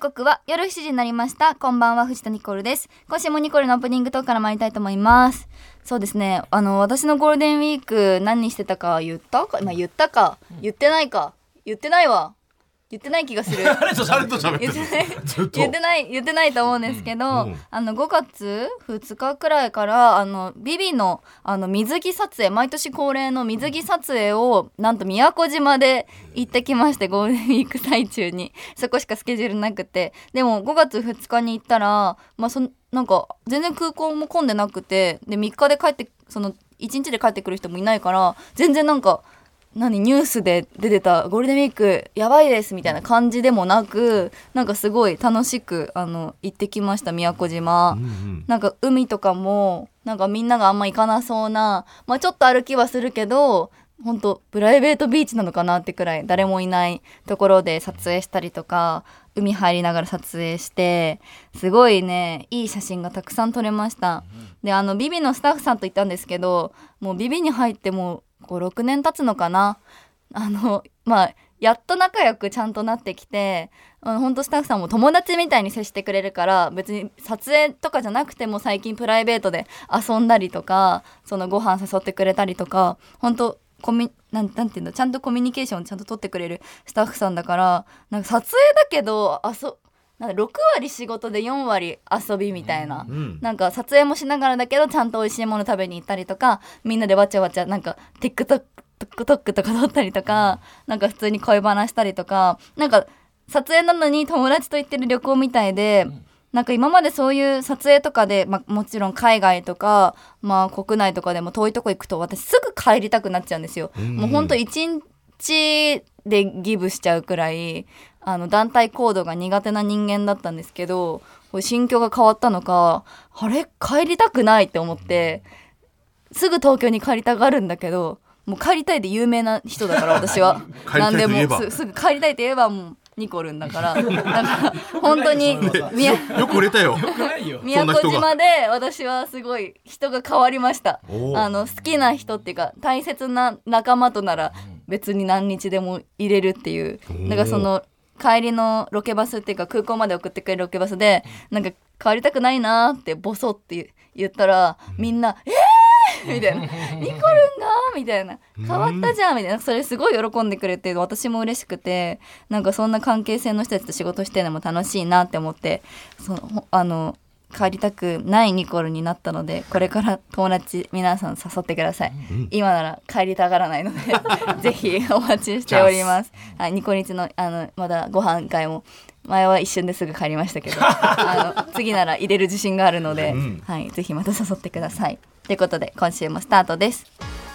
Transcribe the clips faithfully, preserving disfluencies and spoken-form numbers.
刻は夜しちじになりました。こんばんは、藤田ニコルです。今週もニコルのオープニングトークから参りたいと思います。そうですね、あの私のゴールデンウィーク何してたか言ったか、まあ、言ったか言ってないか言ってないわ言ってない気がする誰と喋ってる言ってない言ってないと思うんですけど、うんうん、あのごがつふつかくらいからあのビビのあの水着撮影、毎年恒例の水着撮影をなんと宮古島で行ってきまして、ゴールデンウィーク最中にそこしかスケジュールなくて、でもごがつふつかに行ったら、まあ、そなんか全然空港も混んでなくて、でみっかで帰ってそのいちにちで帰ってくる人もいないから、全然なんか何ニュースで出てたゴールデンウィークやばいですみたいな感じでもなく、なんかすごい楽しくあの行ってきました。宮古島、うんうん、なんか海とかもなんかみんながあんま行かなそうな、まあ、ちょっと歩きはするけど本当プライベートビーチなのかなってくらい誰もいないところで撮影したりとか、海入りながら撮影して、すごいねいい写真がたくさん撮れました。であのビビのスタッフさんと行ったんですけど、もうビビに入ってもうごろくねん経つのかな。あのまあやっと仲良くちゃんとなってきて、ほんとスタッフさんも友達みたいに接してくれるから、別に撮影とかじゃなくても最近プライベートで遊んだりとか、そのご飯誘ってくれたりとか、ほんとコミなんなんていうの、ちゃんとコミュニケーションをちゃんと取ってくれるスタッフさんだから、なんか撮影だけど遊なんかろくわり仕事でよんわり遊びみたいな、うん、なんか撮影もしながらだけどちゃんと美味しいもの食べに行ったりとか、みんなでわちゃわちゃなんか TikTok TikTok とか撮ったりとか、なんか普通に恋話したりとか、なんか撮影なのに友達と行ってる旅行みたいで、なんか今までそういう撮影とかで、まあ、もちろん海外とか、まあ、国内とかでも遠いとこ行くと私すぐ帰りたくなっちゃうんですよ、うん、もうほんといちにちでギブしちゃうくらいあの団体行動が苦手な人間だったんですけど、これ心境が変わったのか、あれ帰りたくないって思って、すぐ東京に帰りたがるんだけど、もう帰りたいで有名な人だから私は何でも す, すぐ帰りたいと言えばもうニコルンだからなんか本当によく売れたよ宮古島で私はすごい人が変わりました。あの好きな人っていうか大切な仲間となら別に何日でも入れるっていう、なんかその帰りのロケバスっていうか空港まで送ってくれるロケバスで、なんか帰りたくないなってボソって言ったらみんなえーみたいなニコルンがみたいな変わったじゃんみたいな、それすごい喜んでくれて私も嬉しくて、なんかそんな関係性の人たちと仕事してるのも楽しいなって思って、そのあの帰りたくないニコルになったので、これから友達皆さん誘ってください、うん、今なら帰りたがらないのでぜひお待ちしております。はい、ニコニチのあのまだご飯会も前は一瞬ですぐ帰りましたけどあの次なら入れる自信があるので、うん、はい、ぜひまた誘ってくださいということで今週もスタートです。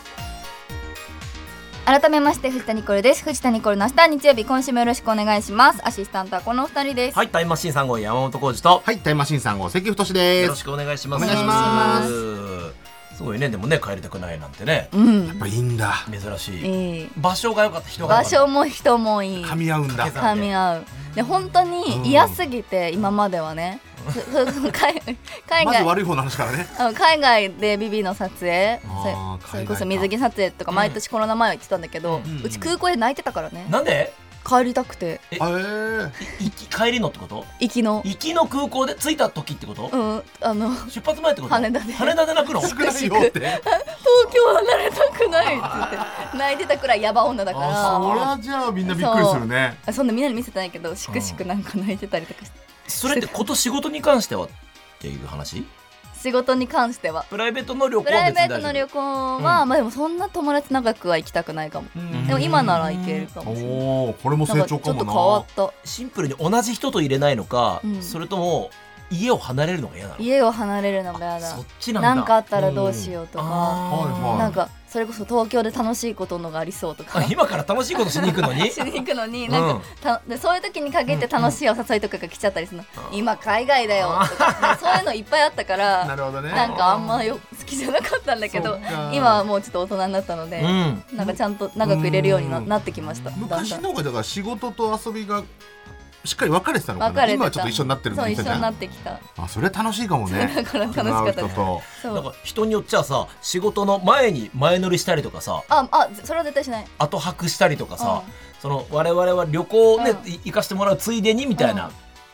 改めまして藤田ニコルです。藤田ニコルの明日日曜日、今週もよろしくお願いします。アシスタントはこのお二人です。 はい、タイムマシーンさん号山本浩二と、 はい、タイムマシーンさん号関太です。 よろしくお願いします。 お願いします。 すごいね、でもね帰りたくないなんてね、 うん、 やっぱいいんだ、 珍しい、 えー、 場所が良かった、人が良かった、 場所も人もいい、 噛み合うんだ、 噛み合うで本当に嫌すぎて、うん、今まではね海, 海外まず悪い方の話からね、 海外でビビの撮影、それこそ水着撮影とか毎年コロナ前は言ってたんだけど、うん、うち空港で泣いてたからね。 なんで帰りたくて。 え、えー、いき帰りのってこと？ 行きの行きの空港で着いた時ってこと？ うん、あの出発前ってこと？ 羽田で羽田で泣くの？ しくしく東京離れたくないって言って泣いてたくらいヤバ女だから。 あ、そりゃじゃあみんなびっくりするね。 そ, そんなみんなに見せてないけどしくしくなんか泣いてたりとかして、 うん、それってこと仕事に関してはっていう話？ 仕事に関しては。 プライベートの旅行はプライベートの旅行は、うん、まあでもそんな友達長くは行きたくないかも。でも今なら行けるかもしれない。 おー、これも成長かもな。 ちょっと変わった。 シンプルに同じ人と入れないのか、うん、それとも家を離れるのが嫌なの？ 家を離れるのが嫌だ。 そっちなんだ。 なんかあったらどうしようとか、 はいはい、 なんかそれこそ東京で楽しいことのがありそうとか。 今から楽しいことしに行くのにしに行くのになんか、うん、たでそういう時に限って楽しいお誘いとかが来ちゃったりするの、うん、今海外だよとかそういうのいっぱいあったからなるほど、ね、 なんかあんまよ好きじゃなかったんだけど、今はもうちょっと大人になったので、うん、なんかちゃんと長く入れるように な,、うん、なってきました。 昔の方がだから仕事と遊びがしっかり分かれてたのかな。今はちょっと一緒になってるんだ。 そう一緒になってきた。 あ、それ楽しいかもね。 だから楽しかったです。 そうなんか人によっちゃさ、仕事の前に前乗りしたりとかさ、 ああそれは絶対しない。 後泊したりとかさ、うん、その我々は旅行ね、うん、行かしてもらうついでにみたいな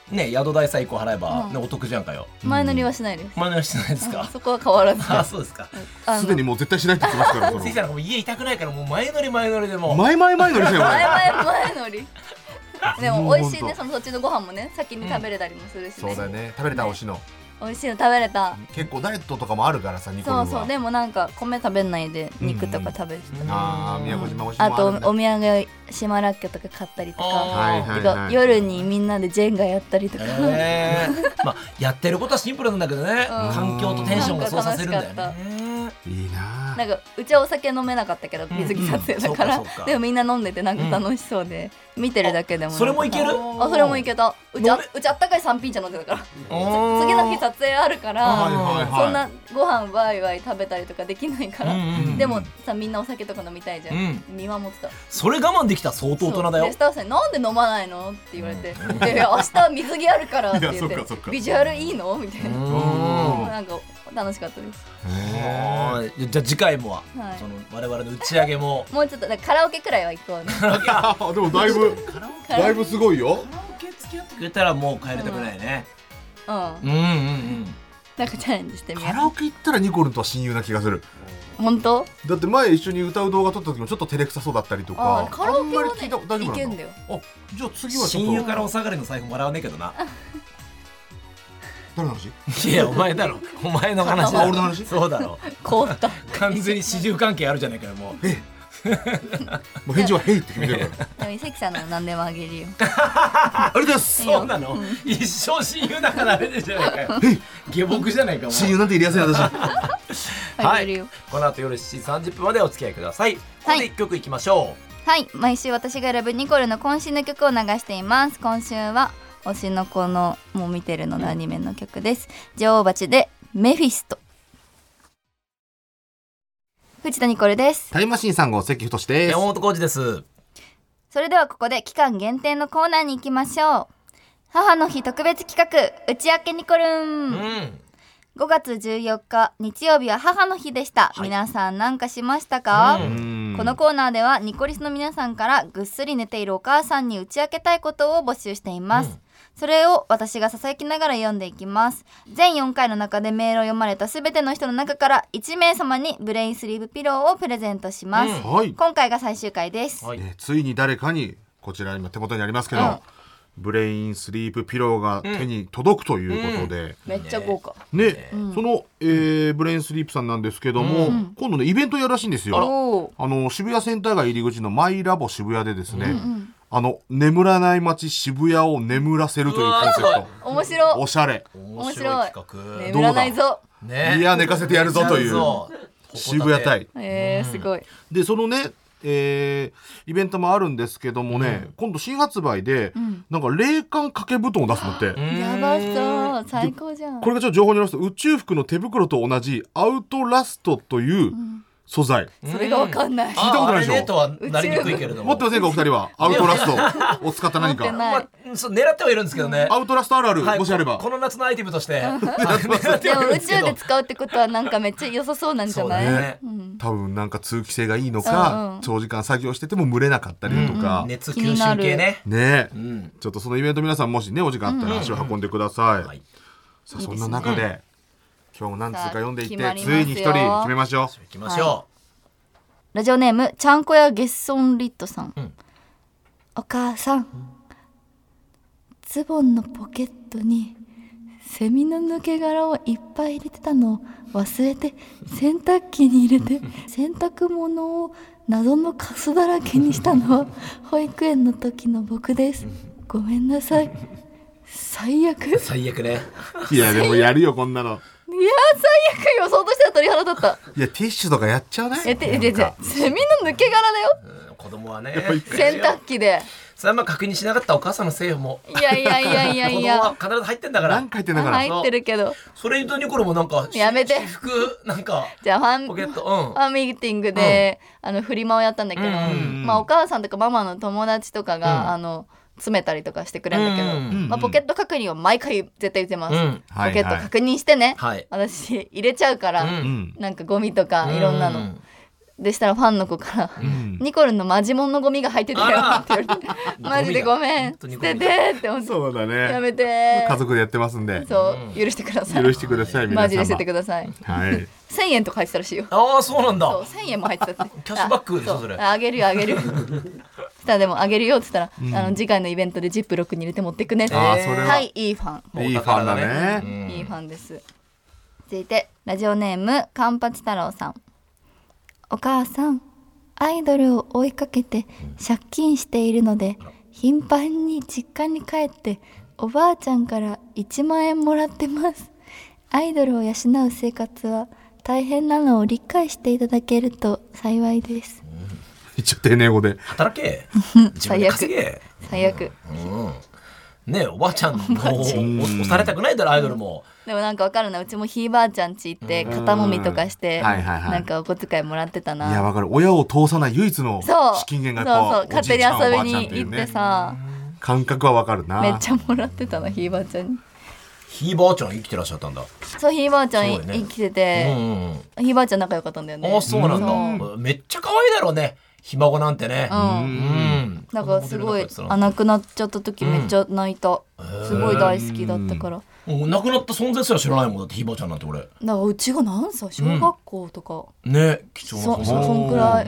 ね宿代さえいっこ払えば、 うんね、お得じゃんかよ。 前乗りはしないです。 前乗りしてないですうんか。 そこは変わらず。 あそうですか。 あのすでにもう絶対しないって言ってますからその関さんなんかもう家痛くないからもう前乗り前乗りでもう前前前乗りしてよこれ前前前乗り。でも美味しいね、 もうほんとそのそっちのご飯もね先に食べれたりもするしね。 そうだよね、食べれた美味しいの。 美味しいの食べれた。 結構ダイエットとかもあるからさ、ニコルンは。 そうそう、でもなんか米食べないで肉とか食べてた。 ああ、宮古島美味しいあとのもあるんだ。 お土産島らっきょとか買ったりとか、 はいはいてかはい。 夜にみんなでジェンガやったりとか、 えー、まあやってることはシンプルなんだけどね、 うん環境とテンションがそうさせるんだよなんか楽ね。 いいななんかうちはお酒飲めなかったけど水着撮影だから、 うんうんそうかそうかでもみんな飲んでてなんか楽しそうで、見てるだけでもなんかそれもいける。 あ、それもいけた。うちあ飲めうちあったかいさん品茶飲んでたからおー次の日撮影あるから、 はいはいはい。 そんなご飯ワイワイ食べたりとかできないから、 うんうんでもさみんなお酒とか飲みたいじゃん、 うん見守ってた。 それ我慢できたら相当大人だよそうでス。タッフさんになんで飲まないのって言われて、いやいや明日水着あるからって言っいやそっかそっかてビジュアルいいのみたいな、 うんなんか楽しかったです。 あーじゃあ次回もは、 はいその我々の打ち上げももうちょっとだからカラオケくらいは行こうね。 あでもだいぶカラオだいぶすごいよ。 カラオケ付き合ってくれたらもう帰りたくないね。 うん、 うんうんうん。 なんかチャレンジしてみよカラオケ行ったらニコルンとは親友な気がする。 う。本当？ だって前一緒に歌う動画撮った時もちょっと照れくさそうだったりとか。 あカラオケはねあんまり聞いた大丈夫なんいけんだよ。 あ、じゃあ次はちょっと親友からお下がりの財布もらわねえけどな。 誰の話？ いやお前だろ。お前の話だろ。 あ俺の話そうだろ。 凍った。 完全に始終関係あるじゃないかよもう。 もう返事はヘイって決めてるから。 でも関さんの何でもあげるよ。 ありがとうございます。 そうなの。一生親友仲なれねえじゃないかよ。下僕じゃないかもう。 親友なんて入れやすい私。 あげるよ。 この後夜しちじさんじゅっぷんまでお付き合いください。ここで一曲いきましょはい、毎週私が選ぶニコルの渾身の曲を流しています。今週は推しの子のもう見てるののアニメの曲です。女王蜂でメフィスト。藤田ニコルです。 タイムマシーンさん号関太う。 です。 山本浩二です。 それではここで期間限定のコーナーに行きましょう。母の日特別企画打ち明けニコルン、 うん。 ごがつじゅうよっか日曜日は母の日でした、 はい皆さん何かしましたか、 うんこのコーナーではニコリスの皆さんからぐっすり寝ているお母さんに打ち明けたいことを募集しています、 うんそれを私がささやきながら読んでいきます。全よんかいの中でメールを読まれたすべての人の中からいちめい様にブレインスリーブピローをプレゼントします、 うんはい。 今回が最終回です、 はい。 えーついに誰かにこちら今手元にありますけど、 うんブレインスリープピローが手に届くということで、 めっちゃ豪華。 ね、 うんその、えーブレインスリープさんなんですけども、 うん今度ねイベントやるらしいんですよ。 おーあの渋谷センター街入り口のマイラボ渋谷でですね、 うんあの眠らない街渋谷を眠らせるというコンセプうわト。 面白い。 おしゃれ。 面白い企画。 眠らないぞ。 ね。 いや寝かせてやるぞというそう渋谷隊。 えー、すごい。 でそのね、えーイベントもあるんですけどもね、今度新発売で、 んなんか霊感掛け布団を出すのって、 うんやばそう、最高じゃん。 これがちょっと情報によりますと宇宙服の手袋と同じアウトラストという素材、 それがわかんない。 聞いたことないでしょああれねとはなりにくいけれども。 持ってませんかお二人はアウトラストを使った何か持ってないまあ、そう狙ってはいるんですけどね。 アウトラストあるある、 はいもしあればここの夏のアイテムとして。 でも宇宙で使うってことはなんかめっちゃ良さそうなんじゃない？ そうだねうん多分なんか通気性がいいのか、 うんうん長時間作業してても蒸れなかったりだとか、 熱吸収系ね。 ねえ、 うん。 ちょっとそのイベント皆さんもしねお時間あったら足を運んでください、 はい。 さあそんな中で今日も何通か読んでいってさあ決まりますよついに一人決めましょう。 行きましょラジオネームちゃんこやゲッソンリットさん、 うんお母さん、ズボンのポケットにセミの抜け殻をいっぱい入れてたのを忘れて洗濯機に入れて洗濯物を謎のカスだらけにしたのは保育園の時の僕です。ごめんなさい。最悪。いやう。最悪ね。 いやでもやるよこんなの。 最悪よ。そうとしたら鳥肌立った。 いやティッシュとかやっちゃうね。 えてえてえセミの抜け殻だよ。 うん子供はね。 洗濯機で。 それはまあ確認しなかったお母さんのせいよもう。 いやいやいやいやいや。 子供は必ず入ってんだから何。回言ってんだから。 入ってるけど。 それ言うとニコルもなんかやめて私服なんかじゃあファンポケットファンミーティングで、あのフリマをやったんだけど、 うんうんまあ、お母さんとかママの友達とかが、 うんあの詰めたりとかしてくれるんだけど、 うんまあ、ポケット確認を毎回絶対言ってます、 うん。 はいはいポケット確認してね、 はい。 私入れちゃうから、 うんうん。 なんかゴミとかいろんなの、 でしたらファンの子から、うん、ニコルのマジモンのゴミが入ってたよって言われてマジでごめん捨ててって思ってそうだねやめて家族でやってますんでそう許してください許してください皆様マジで捨ててください、 はい、 せんえんとか入ってたらしいよああそうなんだそうせんえんも入ってたってキャッシュバックでしょそれあげるよあげるしたらでもあげるよって言ったら、うん、あの次回のイベントでジップロックに入れて持ってくねって、えー、はいいいファンいいファンだね、 うん、いいファンです。続いてラジオネームカンパチ太郎さん。お母さんアイドルを追いかけて借金しているので、頻繁に実家に帰っておばあちゃんからいちまんえんもらってます。アイドルを養う生活は大変なのを理解していただけると幸いです。 一応丁寧語で働け自分で稼げ最悪、 うんうんねえおばあちゃんも押されたくないだろアイドルも。 でもなんかわかるな、うちもひいばあちゃん家行って肩もみとかして、はいはいはい、なんかお小遣いもらってたな。 いやわかる、親を通さない唯一の資金源がやっぱそうそう勝手に遊びに行ってさ、 感覚はわかるな。 めっちゃもらってたなひいばあちゃんに。 ひいばあちゃん生きてらっしゃったんだ。 そうひいばあちゃん、ね、生きてて、うんうんうん、ひいばあちゃん仲良かったんだよね。 あそうなんだ、うん、めっちゃ可愛いだろうねひ孫なんてね。うん、うん、 なんかすごいあ亡くなっちゃった時めっちゃ泣いた、うん、すごい大好きだったから。 もう亡くなった存在すら知らないもんだってひいばあちゃんなんて俺。だからうちが何歳小学校とか、 うん、ね貴重なそ, そ, そんくらい、うん、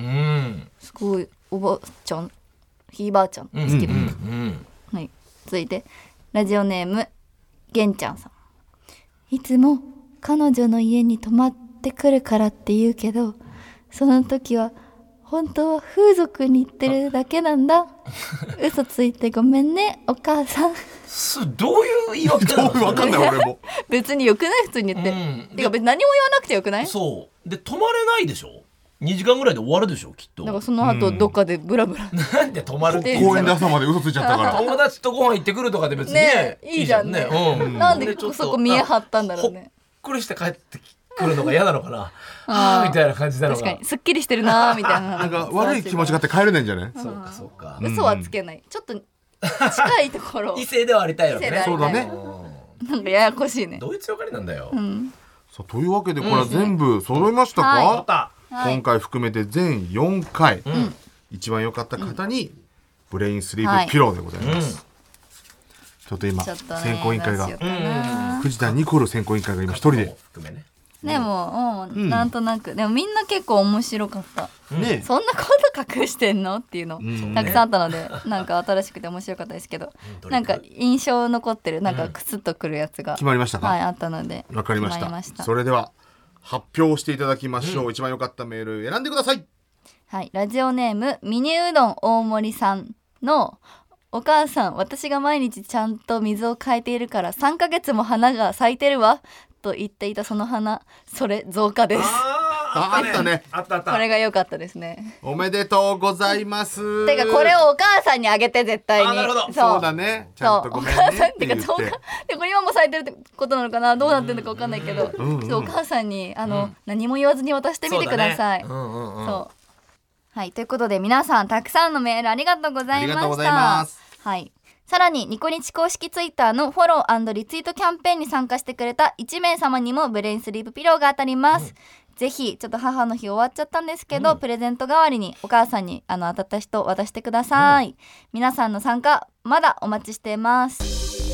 すごいおばあちゃんひいばあちゃん好きだった、うんうんうんはい、続いてラジオネームげんちゃんさん。いつも彼女の家に泊まってくるからって言うけどその時は本当は風俗に行ってるだけなんだ嘘ついてごめんねお母さん。 どういう言い訳なの？ 分かんない俺も別によくない普通に言って、うん、てか別に何も言わなくてよくない？ そうで泊まれないでしょにじかんぐらいで終わるでしょきっと。 だからその後どっかでブラブラ、 うん、なんで泊まるって公園で朝まで嘘ついちゃったから友達とご飯行ってくるとかで別に ね, ねいいじゃんね、うん、なんでそこ見え張ったんだろうね。 ほっくりして帰ってくるのが嫌なのかなはあみたいな感じなのが確かにすっきりしてるなみたいななんか悪い気持ちがあって帰れないんじゃない？ そうかそうか嘘はつけないちょっと近いところ異性ではありたいよね。 そうだね。 なんかややこしいね。 どういう強がりなんだよ、 うん、 さあというわけでこれは全部揃いましたか、 はいはい、今回含めて全よんかい、うん、一番良かった方にブレインスリープピローでございます、はい、ちょっと今、ね、選考委員会が藤田ニコル選考委員会が今一人で含めねでも、うん、なんとなくでもみんな結構面白かった、ね、そんなこと隠してんのっていうの、うん、たくさんあったので、なんか新しくて面白かったですけど、うん、なんか印象残ってるなんかクスッとくるやつが、うん、 決まりましたか？ はいあったのでわかりました。ましたそれでは発表していただきましょう、うん、一番良かったメール選んでください。 はい、ラジオネームミニうどん大森さんのお母さん私が毎日ちゃんと水を変えているからさんかげつも花が咲いてるわと言っていたその花それ増加です。 ああったねあったあったこれが良かったですね。 おめでとうございます。 てかこれをお母さんにあげて絶対に。 あなるほどそう、そうだねちゃんとごめんねって言って。 でこれ今も咲いてるってことなのかなどうなってるのか分かんないけど、うんうん、お母さんにあの、うん、何も言わずに渡してみてください。そう、ねうんうんうん、そうはいということで皆さんたくさんのメールありがとうございました。ありがとうございます。はい。さらにニコニチ公式ツイッターのフォロー&リツイートキャンペーンに参加してくれたいちめい様にもブレインスリープピローが当たります、うん、ぜひちょっと母の日終わっちゃったんですけど、うん、プレゼント代わりにお母さんにあの当たった人渡してください、うん、皆さんの参加まだお待ちしています。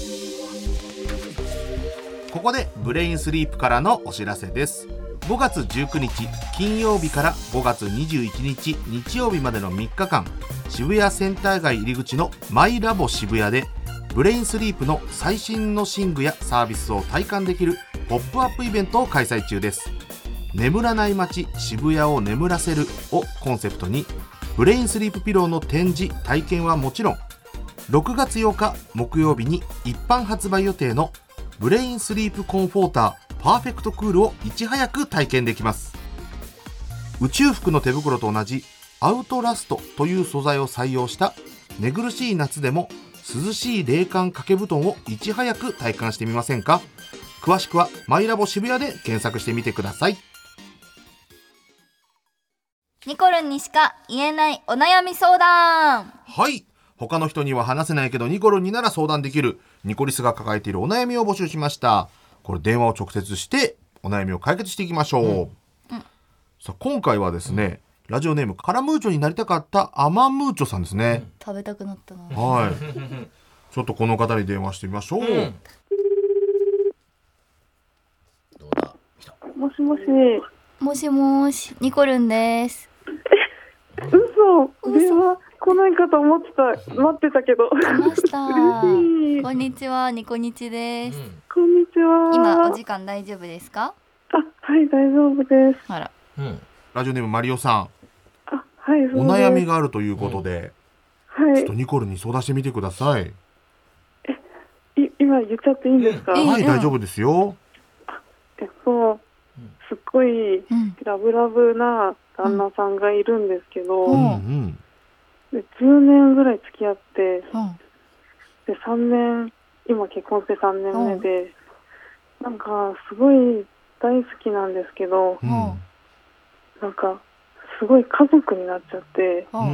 ここでブレインスリープからのお知らせです。ごがつじゅうくにち金曜日からごがつにじゅういちにち日曜日までのみっかかん渋谷センター街入り口のマイラボ渋谷でブレインスリープの最新の寝具やサービスを体感できるポップアップイベントを開催中です。眠らない街渋谷を眠らせるをコンセプトにブレインスリープピローの展示体験はもちろんろくがつようか木曜日に一般発売予定のブレインスリープコンフォーターパーフェクトクールをいち早く体験できます。宇宙服の手袋と同じアウトラストという素材を採用した寝苦しい夏でも涼しい冷感掛け布団をいち早く体感してみませんか？詳しくはマイラボ渋谷で検索してみてください。 ニコルンにしか言えないお悩み相談。 はい、他の人には話せないけどニコルンになら相談できるニコリスが抱えているお悩みを募集しました。これ電話を直接してお悩みを解決していきましょう、うんうん、さあ今回はですね、 ラジオネームカラムーチョになりたかったアマムーチョさんですね、 食べたくなったな。 はいちょっとこの方に電話してみましょう、うん、 どうだ来た。 もしもし。 もしもし、ニコルンです。 嘘、電話来ないかと思ってた。待ってたけど。 来ました嬉しい。 こんにちは、ニコニチです、うん、 こんにちは。 今お時間大丈夫ですか？ あ、はい、大丈夫です。 あら、 うん、ラジオネームマリオさん。 あ、はい、 お悩みがあるということで、 うん、 ちょっとニコルに相談してみてください。 え、い今言っちゃっていいんですか？ うん、はい、大丈夫ですよ。 あ、えっとすっごいラブラブな旦那さんがいるんですけど、うんうん、でじゅうねんぐらい付き合って、うん、でさんねん、今結婚してさんねんめで、うん、なんかすごい大好きなんですけど、うん、なんかすごい家族になっちゃって、うん、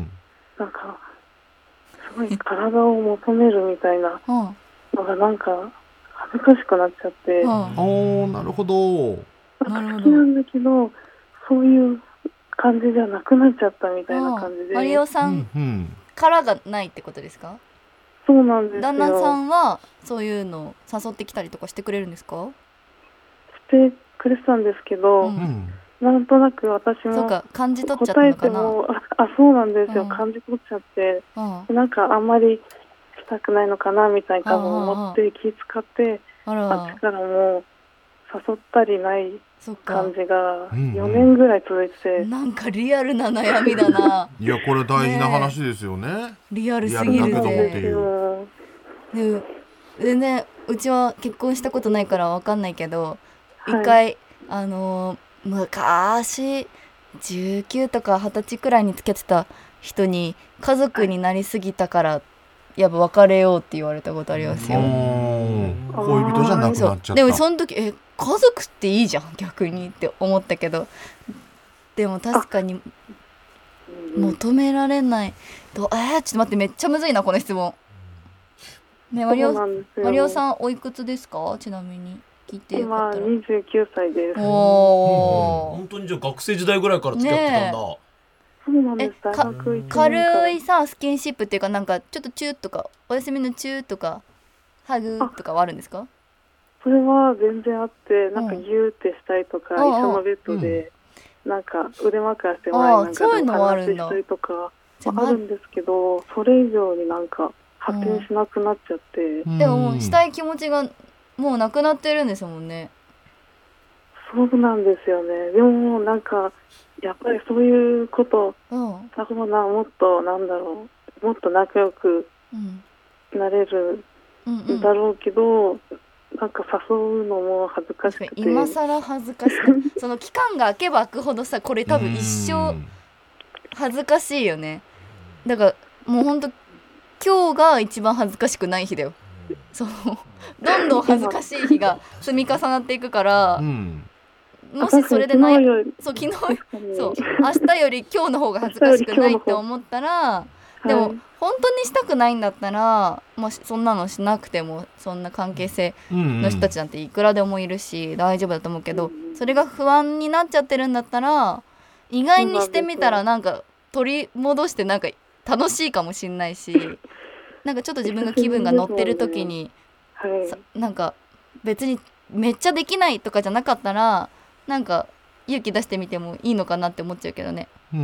なんかすごい体を求めるみたいなのがなんか恥ずかしくなっちゃって、うん、 おー、なるほど。 なんか好きなんだけど、そういう感じじゃなくなっちゃったみたいな感じで。 マリオさんからがないってことですか？ そうなんですよ。 旦那さんはそういうのを誘ってきたりとかしてくれるんですか？ してくれてたんですけど、うん、なんとなく私もそうか、感じ取っちゃったのかな。 答えても あ, あそうなんですよ、うん、感じ取っちゃって、うん、なんかあんまりしたくないのかなみたいに多分思って気使って、あらあっちからも誘ったりない感じがよねんぐらい続いてて、うんうん、 なんかリアルな悩みだな。 いや、これ大事な話ですよね。ね、 リアルすぎるね。で全然うちは結婚したことないから分かんないけど、一、はい、回あのー、昔じゅうきゅうとかはたちくらいに付き合ってた人に家族になりすぎたからやっぱ別れようって言われたことありますよ。 恋人じゃなくなっちゃった。 でもその時え家族っていいじゃん逆にって思ったけど、でも確かに求められないと、えー、ちょっと待って、めっちゃむずいなこの質問ね。マリオ、マリオさんおいくつですか？ちなみに聞いてよかったら。 今にじゅうきゅうさいです。 おー、 本当にじゃあ学生時代ぐらいから付き合ってたんだ、ね。 そうなんです。大学いちねん軽いさスキンシップっていうか、なんかちょっとチューとかおやすみのチューとかハグとかはあるんですか？ それは全然あって、なんかギューってしたりとか、うん、一緒のベッドでなんか腕枕してもらいなんかでお話ししたりとかあるんですけど、それ以上になんか発展しなくなっちゃって、 うん、でももうしたい気持ちがもうなくなってるんですもんね。 そうなんですよね。でもなんかやっぱりそういうことだからな、もっとなんだろう、もっと仲良くなれるんだろうけど、うんうんうん、なんか誘うのも恥ずかしくて、 今更恥ずかしいその期間が空けば空くほどさ、これ多分一生恥ずかしいよね。だからもうほんと今日が一番恥ずかしくない日だよ。そうどんどん恥ずかしい日が積み重なっていくから、うん、もしそれでないそう昨日そう明日より今日の方が恥ずかしくないって思ったら、でも、はい、本当にしたくないんだったら、もしそんなのしなくてもそんな関係性の人たちなんていくらでもいるし大丈夫だと思うけど、それが不安になっちゃってるんだったら意外にしてみたらなんか取り戻してなんか楽しいかもしんないし、なんかちょっと自分が気分が乗ってる時に、はい、なんか別にめっちゃできないとかじゃなかったらなんか勇気出してみてもいいのかなって思っちゃうけどね。うん、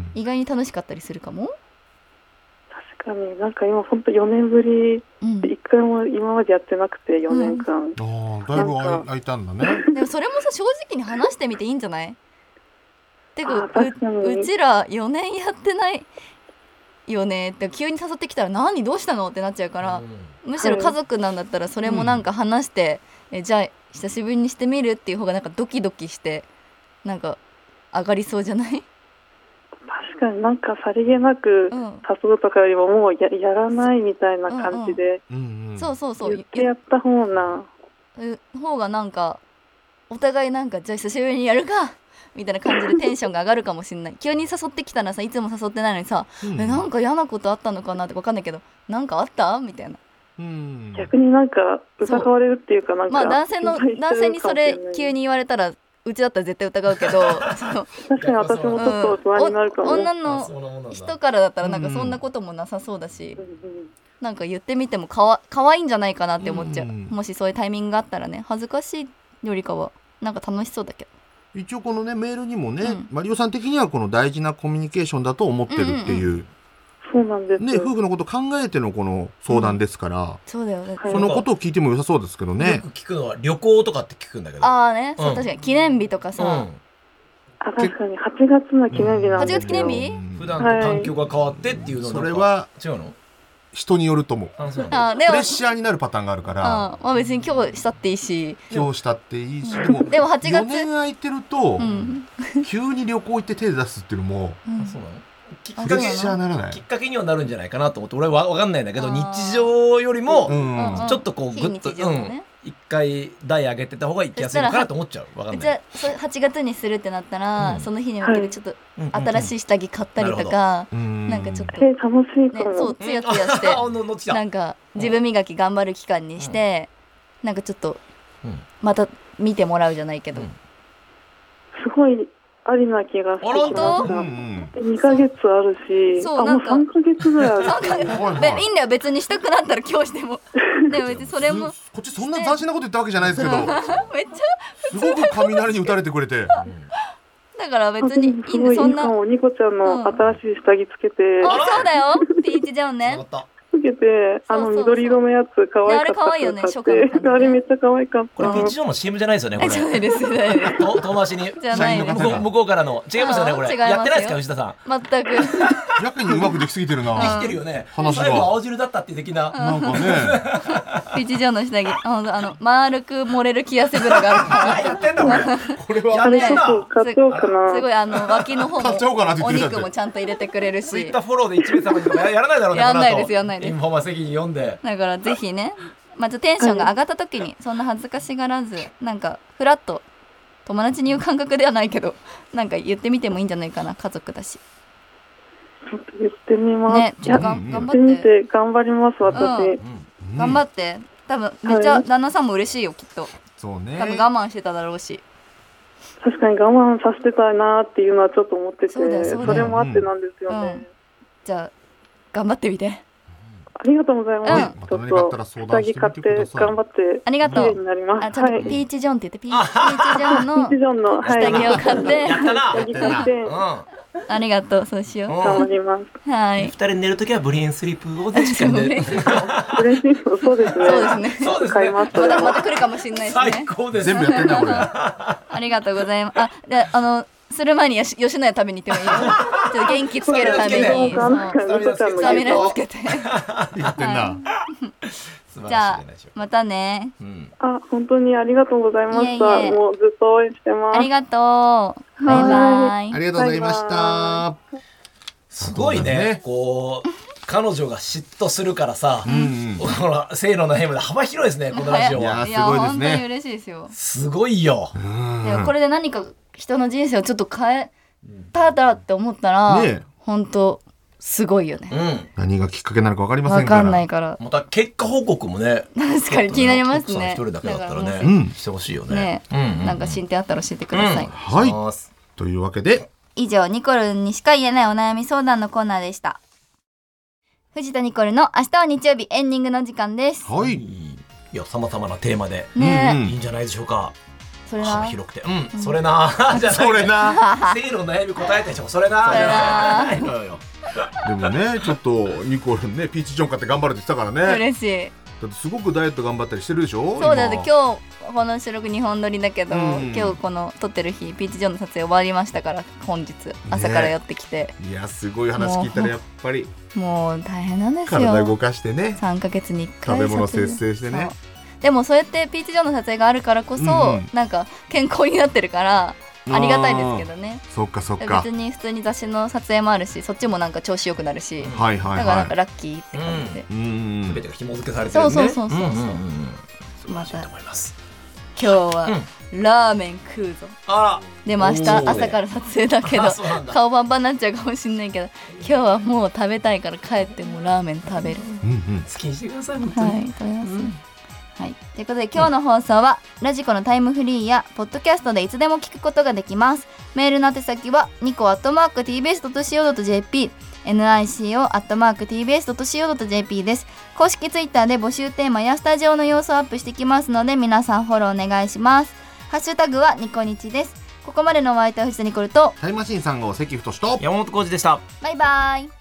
意外に楽しかったりするかも。 確かになんか今ほんとよねんぶりで一回も今までやってなくてよねんかん、うん、 あだいぶ空いたんだね。 でもそれもさ正直に話してみていいんじゃない？てか う, うちらよねんやってないよねって急に誘ってきたら何どうしたのってなっちゃうから、うん、むしろ家族なんだったらそれもなんか話して、うん、えじゃあ久しぶりにしてみるっていう方がなんかドキドキしてなんか上がりそうじゃない？ 確かになんかさりげなく誘うとかよりももう や, やらないみたいな感じで、 うんうん、そうそうそう言ってやった方な方がなんかお互いなんかじゃあ久しぶりにやるかみたいな感じでテンションが上がるかもしれない。急に誘ってきたらさいつも誘ってないのにさ、うん、えなんか嫌なことあったのかなって分かんないけどなんかあったみたいな、 うん、逆になんか疑われるっていうかなんかまあ男性の男性にそれ急に言われたらうちだったら絶対疑うけどその確かに私もちょっと不安になるかも、 うん、女の人からだったらなんかそんなこともなさそうだし、 うんうん、 なんか言ってみてもかわ可愛いんじゃないかなって思っちゃう、うん、もしそういうタイミングがあったらね。恥ずかしいよりかはなんか楽しそうだけど、 一応このねメールにもね、 うん、 マリオさん的にはこの大事なコミュニケーションだと思ってるっていう、うんうんうん、 そうなんですね、夫婦のこと考えてのこの相談ですから、うん、 そうだよね。 そのことを聞いても良さそうですけどね。 よく聞くのは旅行とかって聞くんだけど、 ああね、うん、そう確かに記念日とかさ、うん、 あ確かにはちがつの記念日なんですよ、 はちがつ記念日、 普段と環境が変わってっていうの、 それは違うの人によると思う。 あ、そうあプレッシャーになるパターンがあるから、 あ、まあ、別に今日したっていいし今日したっていいし、でもでもはちがつよねん空いてると、 うん、 急に旅行行って手出すっていうのも、 うん、そうなのプレッシャーならない。 きっかけにはなるんじゃないかなと思って、俺は分かんないんだけど、日常よりもちょっとこうグッと、うん、一回台上げてた方が行きやすいのかなと思っちゃう。分かんない。 じゃあはちがつにするってなったら、うん、その日に向けてちょっと新しい下着買ったりとか、うんうんうん、なんかちょっと、 えー、楽しいかも、 ね、そうツヤツヤしてなんか自分磨き頑張る期間にして、うん、なんかちょっとまた見てもらうじゃないけど、うん、 すごいありな気がしてきました。にかげつあるし、 そうあもうさんかげつぐらいあるしいいんだよ別にしたくなったら今日してもでも別にそれもこっちそんな斬新なこと言ったわけじゃないですけどめっちゃすごく雷に打たれてくれてだから別にいいんだ。そんなニコちゃんの新しい下着つけて、うん、 あそうだよピーチジョンねつけて、あの緑色のやつ可愛かったから買って、ね、あれ可愛いよね、初夏の感じね、あれめっちゃ可愛かった。 これピーチジョンの シーエム じゃないですよねこれ。 じゃないですよね。 遠回しにじゃない向こう向こうからの違いますよねこれ。やってないですか吉田さん。 全く。 やけにうまくできすぎてるな。 できてるよね。 話が。 最後青汁だったって的な。 なんかね。 ピーチジョンの下着、あのあの丸く漏れる気汗風呂があるから。 やってんだこれ。これはやってんだ。買っちゃおうかな。 すごいあの脇の方もお肉もちゃんと入れてくれるし。 ツイッターフォローで一名様にとかやらないだろうね。 やらないですやらないです。 インフォマ責任読んで。 だからぜひね、まずテンションが上がった時にそんな恥ずかしがらず、なんかフラッと友達に言う感覚ではないけど、なんか言ってみてもいいんじゃないかな。家族だし。 ちょっと言ってみます。 ね、じゃあ、うん、頑張って。 言ってみて頑張ります私。うんうん、頑張って。多分めっちゃ旦那さんも嬉しいよきっと。 そうね。 多分我慢してただろうし。 確かに我慢させてたいなっていうのはちょっと思ってて、 そ, それもあってなんですよね。うん、じゃあ頑張ってみて。 ありがとうございます。うん、ちょっと下着買って頑張ってありがとう。 になります。 あ、ちょっとピーチジョンって言って、ピーチジョンのピーチジョンの下着を買って、 やったな。 下着買って、 ありがとう。そうしよう。 頑張ります。 はい。 二人寝るときはブレインスリープをしっかり寝る。 ブレインスリープそうですね。 そうですね。 そうですね。 買います。 またまた来るかもしれないですね。 最高です。 全部やってんだこれ。 ありがとうございます。あ、であの。する前に吉野家食べに行ってもいいよ。ちょっと元気つけるためにスタミナつけてやってんな。 じゃあまたね。 あ、本当にありがとうございました。もうずっと応援してます。 ありがとう。バイバイ。 ありがとうございました。 すごいね。こう彼女が嫉妬するからさ、このせいののヘムで幅広いですねこのラジオは。 いやすごいですね。 本当に嬉しいですよ。 すごいよ。 これで何か人の人生をちょっと変えただって思ったら、ね、本当すごいよね、 うん、何がきっかけなのか分かりませんから。 分かんないから。 また結果報告もね確かに気になりますね。 一人だけだったらね、うん、してほしいよね。 ね、うんうんうん、なんか進展あったら教えてください、うん、 はい。というわけで以上ニコルにしか言えないお悩み相談のコーナーでした。藤田ニコルの明日は日曜日エンディングの時間です。 はい。 いや様々なテーマで、 ね、 いいんじゃないでしょうか。 それな幅広くて、うん、うん、それなじゃないそれな性の悩み答えた人もそれなそれなでもねちょっとニコルねピーチジョン買って頑張るって言ってたからね。 嬉しい。 だってすごくダイエット頑張ったりしてるでしょ。 そうだって今日この収録にほん撮りだけど、うん、今日この撮ってる日ピーチジョンの撮影終わりましたから本日朝からやってきて、 ね、いやすごい話聞いたらやっぱりもう大変なんですよ。 体動かしてねさんかげつにいっかい食べ物節制してね。 でもそうやってピーチジョンの撮影があるからこそ、うんうん、なんか健康になってるからありがたいですけどね。 そっかそっか。 別に普通に雑誌の撮影もあるしそっちもなんか調子よくなるし、 うん、はいはいはい、 だからなんかラッキーって感じで、 うんうん、全てが紐付けされてるね。 そうそうそうそうそう、うんうんうん、また今日は、うん、ラーメン食うぞ。 あらでも明日朝から撮影だけど顔パンパンになっちゃうかもしれないけど今日はもう食べたいから帰ってもラーメン食べる、 うんうん、好きにしてください本当に。 はい、食べます、うん、 はい、ということで今日の放送は、うん、ラジコのタイムフリーやポッドキャストでいつでも聞くことができます。メールの宛先はニコアットマーク ティービーエスドットシーオードットジェーピー ニコ アットマーク ティービーエスドットシーオードットジェーピー です。公式ツイッターで募集テーマやスタジオの様子をアップしてきますので、皆さんフォローお願いします。ハッシュタグはニコニチです。ここまでのお相手は藤田ニコルとタイムマシーンさん号関太と山本浩二でした。 バイバイ。